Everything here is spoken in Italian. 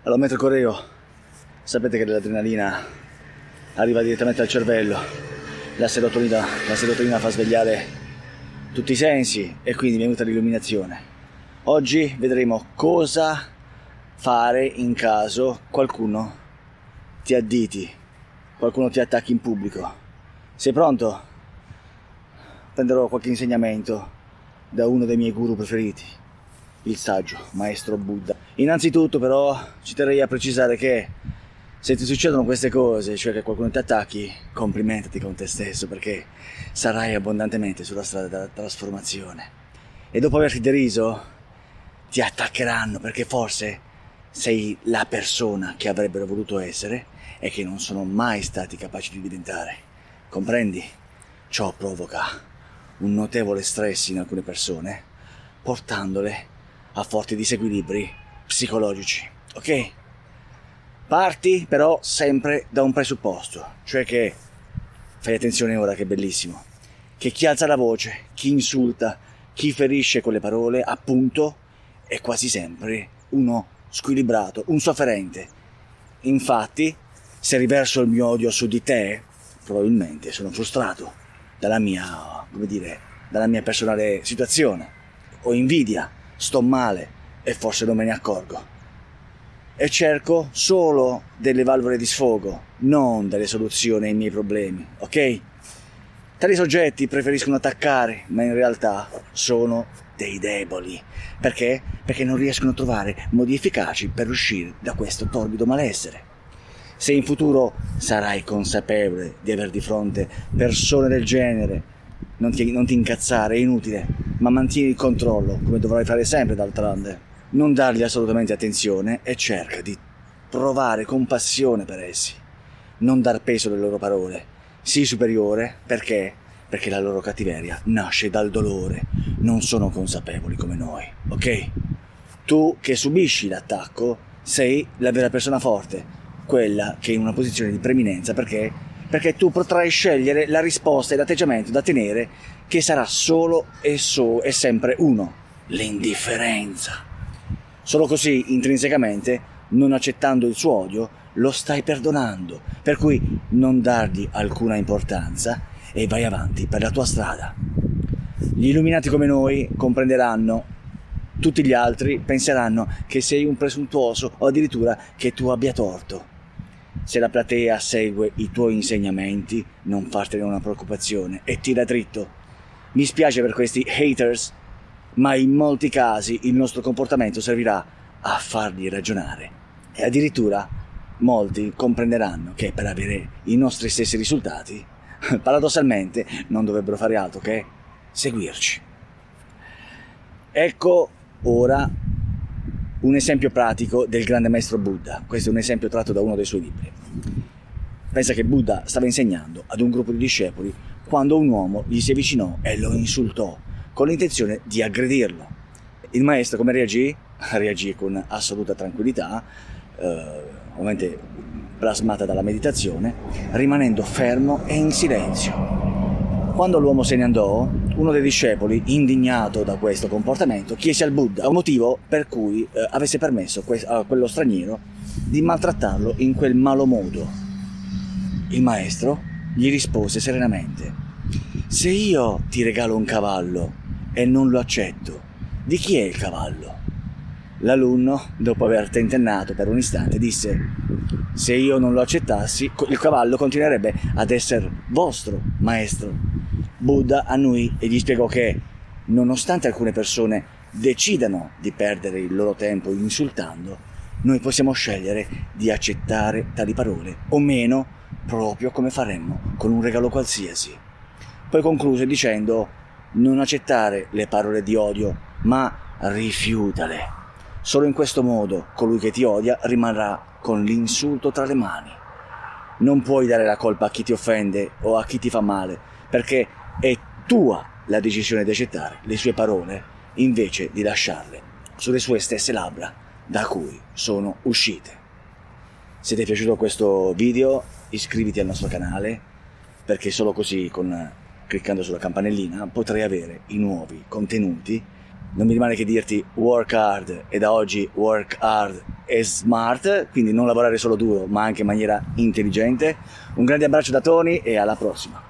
Allora, mentre correvo, sapete che l'adrenalina arriva direttamente al cervello, la serotonina fa svegliare tutti i sensi e quindi mi è venuta l'illuminazione. Oggi vedremo cosa fare in caso qualcuno ti additi, qualcuno ti attacchi in pubblico. Sei pronto? Prenderò qualche insegnamento da uno dei miei guru preferiti, il saggio maestro Buddha. Innanzitutto però ci terrei a precisare che se ti succedono queste cose, cioè che qualcuno ti attacchi, complimentati con te stesso, perché sarai abbondantemente sulla strada della trasformazione. E dopo averti deriso, ti attaccheranno perché forse sei la persona che avrebbero voluto essere e che non sono mai stati capaci di diventare. Comprendi? Ciò provoca un notevole stress in alcune persone, portandole a forti disequilibri psicologici, ok? Parti però sempre da un presupposto, cioè che, fai attenzione ora che è bellissimo, che chi alza la voce, chi insulta, chi ferisce con le parole, appunto, è quasi sempre uno squilibrato, un sofferente. Infatti, se riverso il mio odio su di te, probabilmente sono frustrato dalla mia personale situazione. Ho invidia, sto male e forse non me ne accorgo. E cerco solo delle valvole di sfogo, non delle soluzioni ai miei problemi, ok? Tali soggetti preferiscono attaccare, ma in realtà sono dei deboli. Perché? Perché non riescono a trovare modi efficaci per uscire da questo torbido malessere. Se in futuro sarai consapevole di aver di fronte persone del genere, non ti incazzare, è inutile, ma mantieni il controllo, come dovrai fare sempre d'altronde. Non dargli assolutamente attenzione e cerca di provare compassione per essi. Non dar peso alle loro parole. Sii superiore perché? Perché la loro cattiveria nasce dal dolore. Non sono consapevoli come noi, ok? Tu che subisci l'attacco sei la vera persona forte, quella che è in una posizione di preminenza perché tu potrai scegliere la risposta e l'atteggiamento da tenere, che sarà solo e sempre uno: l'indifferenza. Solo così, intrinsecamente, non accettando il suo odio, lo stai perdonando, per cui non dargli alcuna importanza e vai avanti per la tua strada. Gli illuminati come noi comprenderanno, tutti gli altri penseranno che sei un presuntuoso o addirittura che tu abbia torto. Se la platea segue i tuoi insegnamenti, non fartene una preoccupazione e tira dritto. Mi spiace per questi haters, ma in molti casi il nostro comportamento servirà a farli ragionare e addirittura molti comprenderanno che per avere i nostri stessi risultati, paradossalmente, non dovrebbero fare altro che seguirci. Ecco ora un esempio pratico del grande maestro Buddha. Questo è un esempio tratto da uno dei suoi libri. Pensa che Buddha stava insegnando ad un gruppo di discepoli quando un uomo gli si avvicinò e lo insultò con l'intenzione di aggredirlo. Il maestro come reagì? Reagì con assoluta tranquillità, ovviamente plasmata dalla meditazione, rimanendo fermo e in silenzio. Quando l'uomo se ne andò, uno dei discepoli, indignato da questo comportamento, chiese al Buddha un motivo per cui avesse permesso a quello straniero di maltrattarlo in quel malo modo. Il maestro gli rispose serenamente: se io ti regalo un cavallo e non lo accetto, di chi è il cavallo? L'alunno, dopo aver tentennato per un istante, disse: se io non lo accettassi, il cavallo continuerebbe ad essere vostro, maestro. Buddha annui e gli spiegò che, nonostante alcune persone decidano di perdere il loro tempo insultando, noi possiamo scegliere di accettare tali parole o meno, proprio come faremmo con un regalo qualsiasi. Poi concluse dicendo: non accettare le parole di odio, ma rifiutale. Solo in questo modo colui che ti odia rimarrà con l'insulto tra le mani. Non puoi dare la colpa a chi ti offende o a chi ti fa male, perché è tua la decisione di accettare le sue parole invece di lasciarle sulle sue stesse labbra da cui sono uscite. Se ti è piaciuto questo video, iscriviti al nostro canale, perché solo così, cliccando sulla campanellina, potrai avere i nuovi contenuti Non mi rimane che dirti work hard, e da oggi work hard e smart, quindi non lavorare solo duro ma anche in maniera intelligente. Un grande abbraccio da Tony e alla prossima.